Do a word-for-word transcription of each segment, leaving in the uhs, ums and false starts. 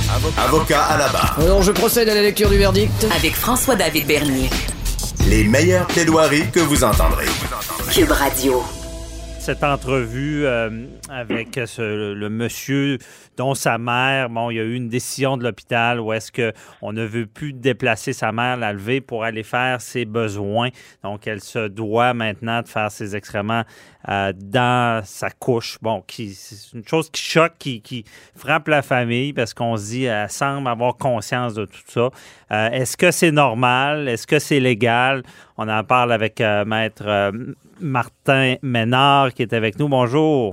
Avocat à la barre. Alors, je procède à la lecture du verdict. Avec François-David Bernier. Les meilleures plaidoiries que vous entendrez. Cube Radio. Cette entrevue euh, avec ce, le monsieur dont sa mère, bon, il y a eu une décision de l'hôpital où est-ce qu'on ne veut plus déplacer sa mère, la lever pour aller faire ses besoins. Donc, elle se doit maintenant de faire ses excréments euh, dans sa couche. Bon, qui, c'est une chose qui choque, qui, qui frappe la famille parce qu'on se dit, elle semble avoir conscience de tout ça. Euh, est-ce que c'est normal? Est-ce que c'est légal? On en parle avec euh, Maître euh, Martin Ménard qui est avec nous. Bonjour.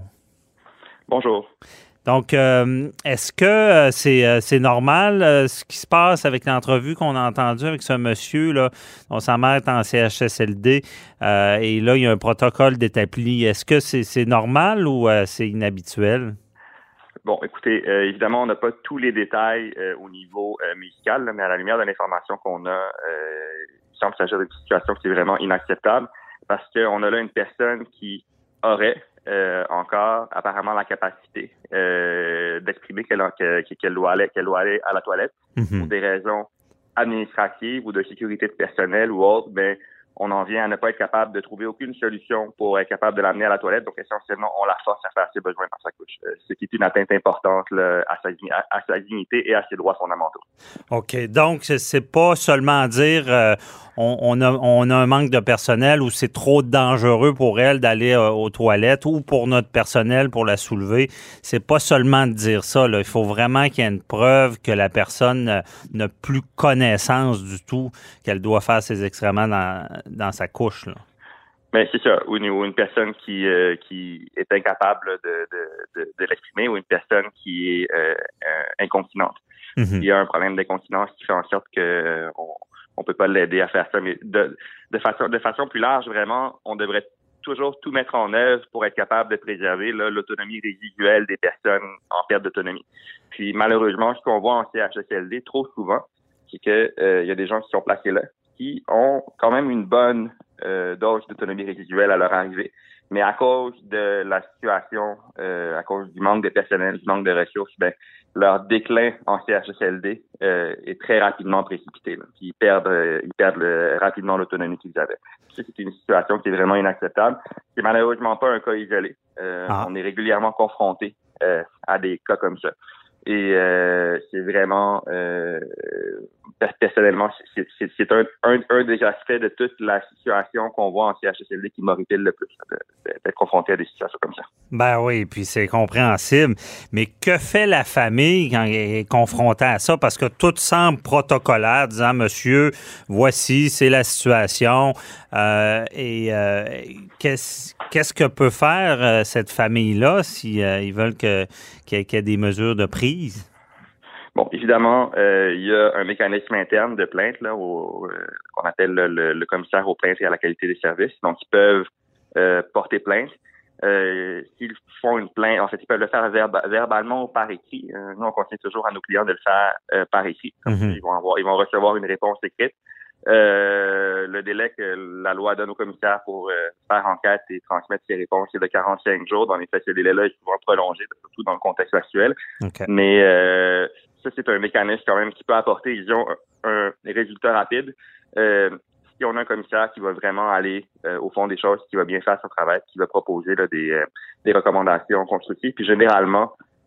Bonjour. Donc, euh, est-ce que euh, c'est, euh, c'est normal euh, ce qui se passe avec l'entrevue qu'on a entendue avec ce monsieur là, dont sa mère est en C H S L D euh, et là, il y a un protocole d'établi. Est-ce que c'est, c'est normal ou euh, c'est inhabituel? Bon, écoutez, euh, évidemment, on n'a pas tous les détails euh, au niveau euh, médical, là, mais à la lumière de l'information qu'on a, euh, il semble s'agir d'une situation qui est vraiment inacceptable parce qu'on a là une personne qui aurait euh, encore apparemment la capacité euh, d'exprimer qu'elle, qu'elle, qu'elle, doit aller, qu'elle doit aller à la toilette mm-hmm. pour des raisons administratives ou de sécurité de personnel ou autre, mais on en vient à ne pas être capable de trouver aucune solution pour être capable de l'amener à la toilette. Donc, essentiellement, on la force à faire ses besoins dans sa couche, ce qui est une atteinte importante là, à, sa, à, à sa dignité et à ses droits fondamentaux. OK. Donc, c'est pas seulement dire euh, on, on, a, on a un manque de personnel ou c'est trop dangereux pour elle d'aller euh, aux toilettes ou pour notre personnel pour la soulever. C'est pas seulement de dire ça. Là. Il faut vraiment qu'il y ait une preuve que la personne euh, n'a plus connaissance du tout qu'elle doit faire ses excréments dans dans sa couche, là. Mais c'est ça, ou une, ou une personne qui euh, qui est incapable de, de, de, de l'exprimer, ou une personne qui est euh, euh, incontinente. Mm-hmm. Il y a un problème d'incontinence qui fait en sorte que euh, on, on peut pas l'aider à faire ça, mais de, de façon de façon plus large, vraiment, on devrait toujours tout mettre en œuvre pour être capable de préserver là, l'autonomie résiduelle des personnes en perte d'autonomie. Puis malheureusement, ce qu'on voit en C H S L D trop souvent, c'est que euh, il y a des gens qui sont placés là, qui ont quand même une bonne euh, dose d'autonomie résiduelle à leur arrivée. Mais à cause de la situation, euh, à cause du manque de personnel, du manque de ressources, ben leur déclin en C H S L D euh, est très rapidement précipité. Là. Ils perdent, euh, ils perdent euh, rapidement l'autonomie qu'ils avaient. Ça, c'est une situation qui est vraiment inacceptable. C'est malheureusement pas un cas isolé. Euh, ah. On est régulièrement confronté euh, à des cas comme ça. Et euh, c'est vraiment, euh, personnellement, c'est, c'est, c'est un, un, un des aspects de toute la situation qu'on voit en C H S L D qui m'horripile le plus, d'être confronté à des situations comme ça. Ben oui, puis c'est compréhensible. Mais que fait la famille quand elle est confrontée à ça? Parce que tout semble protocolaire, disant, monsieur, voici, c'est la situation. Euh, et euh, qu'est-ce, qu'est-ce que peut faire euh, cette famille-là si euh, ils veulent que, qu'il y ait, qu'il y ait des mesures de prise? Bon, évidemment, euh, il y a un mécanisme interne de plainte là, au, euh, qu'on appelle le, le, le commissaire aux plaintes et à la qualité des services. Donc, ils peuvent euh, porter plainte. Euh, s'ils font une plainte, en fait, ils peuvent le faire verba- verbalement ou par écrit. Euh, nous, on conseille toujours à nos clients de le faire euh, par écrit. Mm-hmm. Ils vont avoir, ils vont recevoir une réponse écrite. Euh, le délai que la loi donne aux commissaires pour euh, faire enquête et transmettre ces réponses, c'est de quarante-cinq jours. Dans les faits, ce délai-là est souvent prolongé, surtout dans le contexte actuel. Okay. Mais euh, ça, c'est un mécanisme quand même qui peut apporter, disons, un, un résultat rapide. Euh, si on a un commissaire qui va vraiment aller euh, au fond des choses, qui va bien faire son travail, qui va proposer là, des, euh, des recommandations constructives, puis généralement,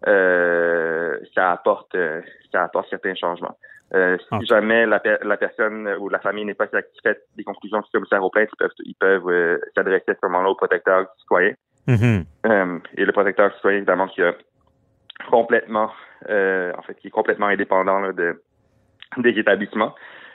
euh, ça apporte euh, ça apporte certains changements. Euh, si okay. jamais la, la personne ou la famille n'est pas satisfaite des conclusions du commissaire aux plaintes, ils peuvent, ils peuvent euh, s'adresser à ce moment-là au protecteur du citoyen. Mm-hmm. Euh, et le protecteur du citoyen, évidemment, qui a complètement, euh, en fait, qui est complètement indépendant là, de des établissements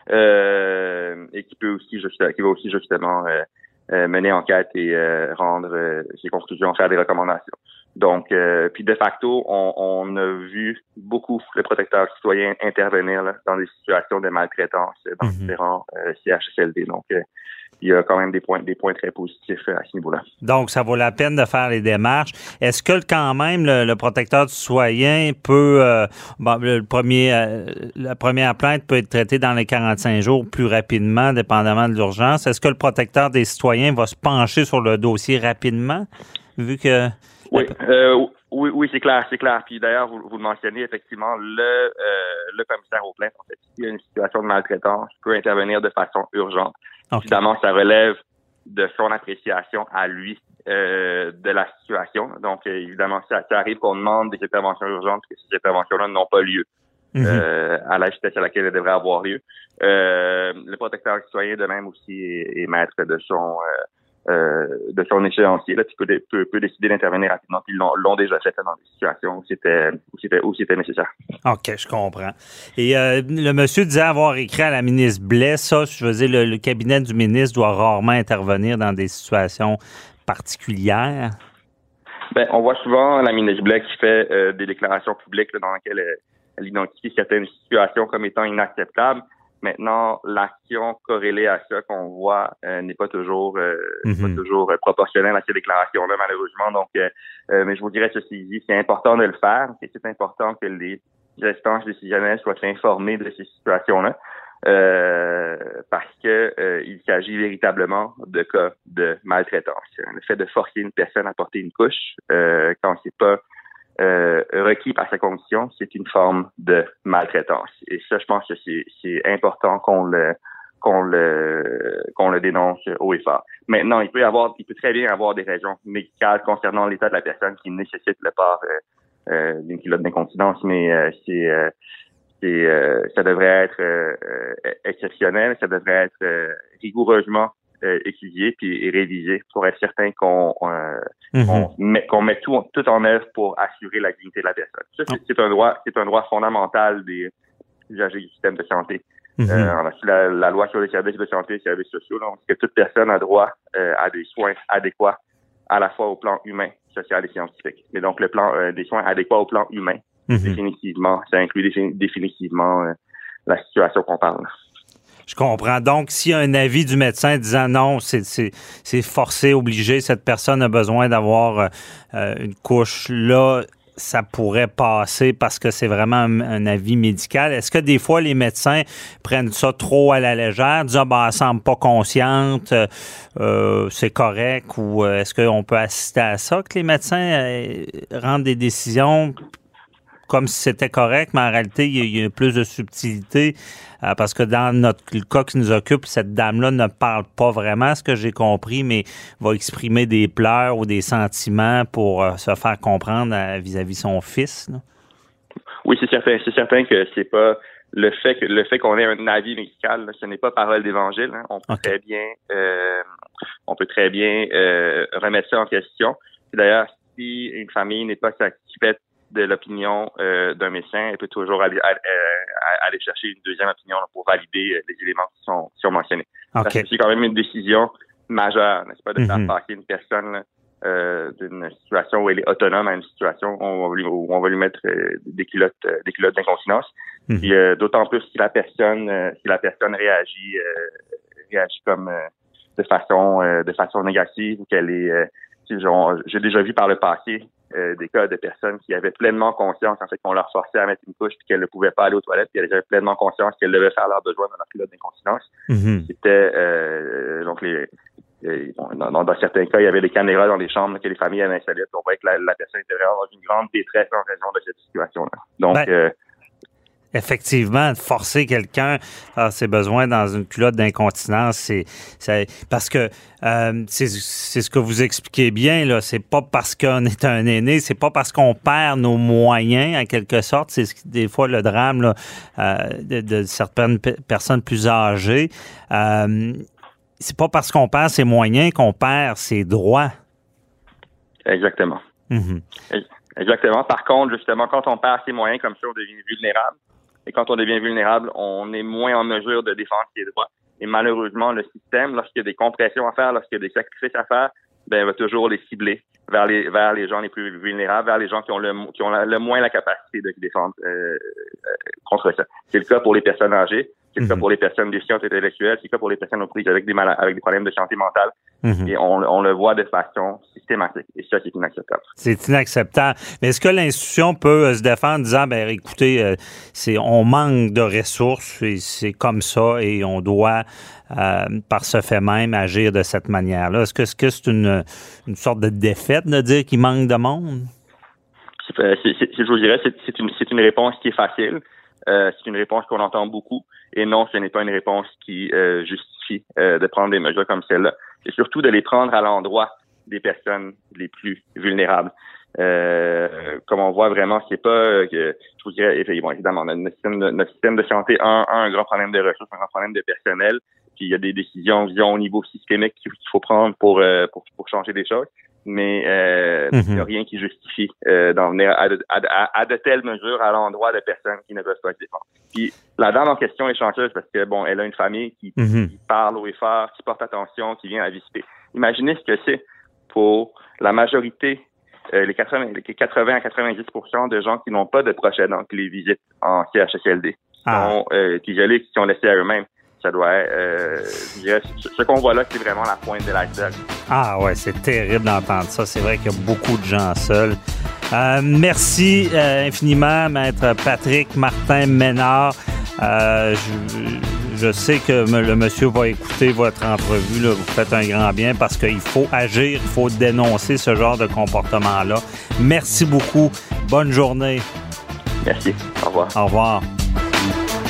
euh, et qui peut aussi, juste, qui va aussi justement euh, euh, mener enquête et euh, rendre euh, ses conclusions, faire des recommandations. Donc, euh, puis de facto, on, on a vu beaucoup le protecteur citoyen intervenir là, dans des situations de maltraitance dans mm-hmm. différents euh, C H S L D. Donc, euh, il y a quand même des points, des points très positifs à ce niveau-là. Donc, ça vaut la peine de faire les démarches. Est-ce que quand même le, le protecteur du citoyen peut, euh, bon, le premier, euh, la première plainte peut être traitée dans les quarante-cinq jours plus rapidement, dépendamment de l'urgence. Est-ce que le protecteur des citoyens va se pencher sur le dossier rapidement, vu que... Oui, euh, Oui, oui, c'est clair, c'est clair. Puis d'ailleurs, vous, vous le mentionnez, effectivement, le euh, le commissaire aux plaintes, en fait, s'il y a une situation de maltraitance, peut intervenir de façon urgente. Okay. Évidemment, ça relève de son appréciation à lui euh, de la situation. Donc, euh, évidemment, ça, ça arrive qu'on demande des interventions urgentes, que ces interventions-là n'ont pas lieu mm-hmm. euh, à la vitesse à laquelle elles devraient avoir lieu. Euh, le protecteur citoyen, de même aussi, est, est maître de son euh, Euh, de son échéancier, là, tu peux, peut, peut décider d'intervenir rapidement. Puis ils l'ont, l'ont déjà fait là, dans des situations où c'était, où c'était, où c'était nécessaire. OK, je comprends. Et euh, le monsieur disait avoir écrit à la ministre Blais, ça, je veux dire, le, le cabinet du ministre doit rarement intervenir dans des situations particulières. Ben, on voit souvent la ministre Blais qui fait euh, des déclarations publiques là, dans lesquelles elle, elle identifie certaines situations comme étant inacceptables. Maintenant, l'action corrélée à ça qu'on voit euh, n'est pas toujours euh, mm-hmm. pas toujours euh, proportionnelle à ces déclarations-là, malheureusement. Donc, euh, euh, mais je vous dirais ceci dit, c'est important de le faire et c'est important que les instances décisionnelles soient informées de ces situations-là euh, parce que euh, il s'agit véritablement de cas de maltraitance. Le fait de forcer une personne à porter une couche euh, quand c'est pas Euh, requis par sa condition, c'est une forme de maltraitance. Et ça, je pense que c'est, c'est important qu'on le qu'on le qu'on le dénonce haut et fort. Maintenant, il peut y avoir, il peut très bien avoir des raisons médicales concernant l'état de la personne qui nécessite le port euh, euh, d'une culotte d'incontinence, mais euh, c'est euh, c'est euh, ça devrait être euh, exceptionnel, ça devrait être euh, rigoureusement Euh, étudié puis et révisé pour être certain qu'on, euh, mm-hmm. qu'on met qu'on met tout tout en œuvre pour assurer la dignité de la personne. Ça, c'est, c'est un droit c'est un droit fondamental des usagers du système de santé. Mm-hmm. Euh, on a la, la loi sur les services de santé et les services sociaux, donc que toute personne a droit euh, à des soins adéquats à la fois au plan humain, social et scientifique. Mais donc le plan euh, des soins adéquats au plan humain, mm-hmm. définitivement, ça inclut défin- définitivement euh, la situation qu'on parle. Je comprends. Donc, s'il y a un avis du médecin disant non, c'est, c'est, c'est forcé, obligé, cette personne a besoin d'avoir euh, une couche, là, ça pourrait passer parce que c'est vraiment un, un avis médical. Est-ce que des fois, les médecins prennent ça trop à la légère, disent « Ah, ben, elle semble pas consciente, euh, c'est correct » ou euh, est-ce qu'on peut assister à ça, que les médecins euh, rendent des décisions comme si c'était correct, mais en réalité, il y a, il y a plus de subtilité euh, parce que dans notre le cas qui nous occupe, cette dame-là ne parle pas vraiment, ce que j'ai compris, mais va exprimer des pleurs ou des sentiments pour euh, se faire comprendre euh, vis-à-vis son fils. Là. Oui, c'est certain. C'est certain que c'est pas le fait que le fait qu'on ait un avis médical, là, ce n'est pas parole d'évangile. Hein. On peut okay. très bien, euh, on peut très bien euh, remettre ça en question. Et d'ailleurs, si une famille n'est pas satisfaite de l'opinion euh, d'un médecin, elle peut toujours aller, aller, aller chercher une deuxième opinion là, pour valider les éléments qui sont, qui sont mentionnés. Okay. C'est quand même une décision majeure, n'est-ce pas, de mm-hmm. faire passer une personne là, euh, d'une situation où elle est autonome à une situation où on va lui, où on va lui mettre euh, des culottes, euh, des culottes d'incontinence. Mm-hmm. Puis, euh, d'autant plus si la personne, euh, si la personne réagit, euh, réagit comme euh, de façon, euh, de façon négative ou qu'elle est, euh, genre, j'ai déjà vu par le passé. Euh, des cas de personnes qui avaient pleinement conscience en fait qu'on leur forçait à mettre une couche puis qu'elles ne pouvaient pas aller aux toilettes puis elles avaient pleinement conscience qu'elles devaient faire leurs besoins dans leur culotte d'incontinence. Mm-hmm. C'était euh, donc les, les bon, dans, dans certains cas il y avait des caméras dans les chambres que les familles avaient installées. On voyait que la, la personne était vraiment dans une grande détresse en raison de cette situation-là. Donc ben... euh, Effectivement, de forcer quelqu'un à ses besoins dans une culotte d'incontinence, c'est, c'est parce que euh, c'est, c'est ce que vous expliquez bien là. C'est pas parce qu'on est un aîné, c'est pas parce qu'on perd nos moyens en quelque sorte. C'est des fois le drame là, euh, de, de certaines p- personnes plus âgées. Euh, c'est pas parce qu'on perd ses moyens qu'on perd ses droits. Exactement. Mm-hmm. Exactement. Par contre, justement, quand on perd ses moyens comme ça, on devient vulnérable. Et quand on devient vulnérable, on est moins en mesure de défendre ses droits. Et malheureusement, le système, lorsqu'il y a des compressions à faire, lorsqu'il y a des sacrifices à faire, ben, il va toujours les cibler vers les vers les gens les plus vulnérables, vers les gens qui ont le qui ont la, le moins la capacité de se défendre euh, euh, contre ça. C'est le cas pour les personnes âgées, c'est le mm-hmm. cas pour les personnes déficientes intellectuelles, c'est le cas pour les personnes aux prises avec des malades, avec des problèmes de santé mentale. Mm-hmm. Et on, on le voit de façon systématique. Et ça, c'est inacceptable. C'est inacceptable. Mais est-ce que l'institution peut se défendre en disant, ben écoutez, euh, c'est on manque de ressources, et c'est comme ça, et on doit, euh, par ce fait même, agir de cette manière-là? Est-ce que, est-ce que c'est une, une sorte de défaite de dire qu'il manque de monde? Euh, c'est, c'est, je vous dirais, c'est, c'est, une, c'est une réponse qui est facile. Euh, c'est une réponse qu'on entend beaucoup. Et non, ce n'est pas une réponse qui euh, justifie euh, de prendre des mesures comme celle-là. Et surtout de les prendre à l'endroit des personnes les plus vulnérables. Euh, comme on voit vraiment, c'est pas euh, que je vous dirais, bon, évidemment, notre système, de, notre système de santé a un, a un grand problème de ressources, un grand problème de personnel. Puis il y a des décisions, disons, au niveau systémique qu'il faut prendre pour euh, pour, pour changer des choses. Mais euh, mm-hmm. il n'y a rien qui justifie euh, d'en venir à de, à, à de telles mesures à l'endroit de personnes qui ne peuvent pas se défendre. Puis la dame en question est chanceuse parce que bon, elle a une famille qui, mm-hmm. qui parle haut et fort, qui porte attention, qui vient la visiter. Imaginez ce que c'est pour la majorité, euh, les quatre-vingts, les quatre-vingts à quatre-vingt-dix pour cent de gens qui n'ont pas de proches aidants qui les visitent en C H S L D, qui ah. sont euh, isolés, qui sont laissés à eux-mêmes. Ça doit être, euh, je dirais, ce qu'on voit là, c'est vraiment la pointe de l'iceberg. Ah ouais, c'est terrible d'entendre ça. C'est vrai qu'il y a beaucoup de gens seuls. Euh, merci euh, infiniment, Maître Patrick Martin Ménard. Euh, je, je sais que le monsieur va écouter votre entrevue. Là. Vous faites un grand bien parce qu'il faut agir, il faut dénoncer ce genre de comportement-là. Merci beaucoup. Bonne journée. Merci. Au revoir. Au revoir.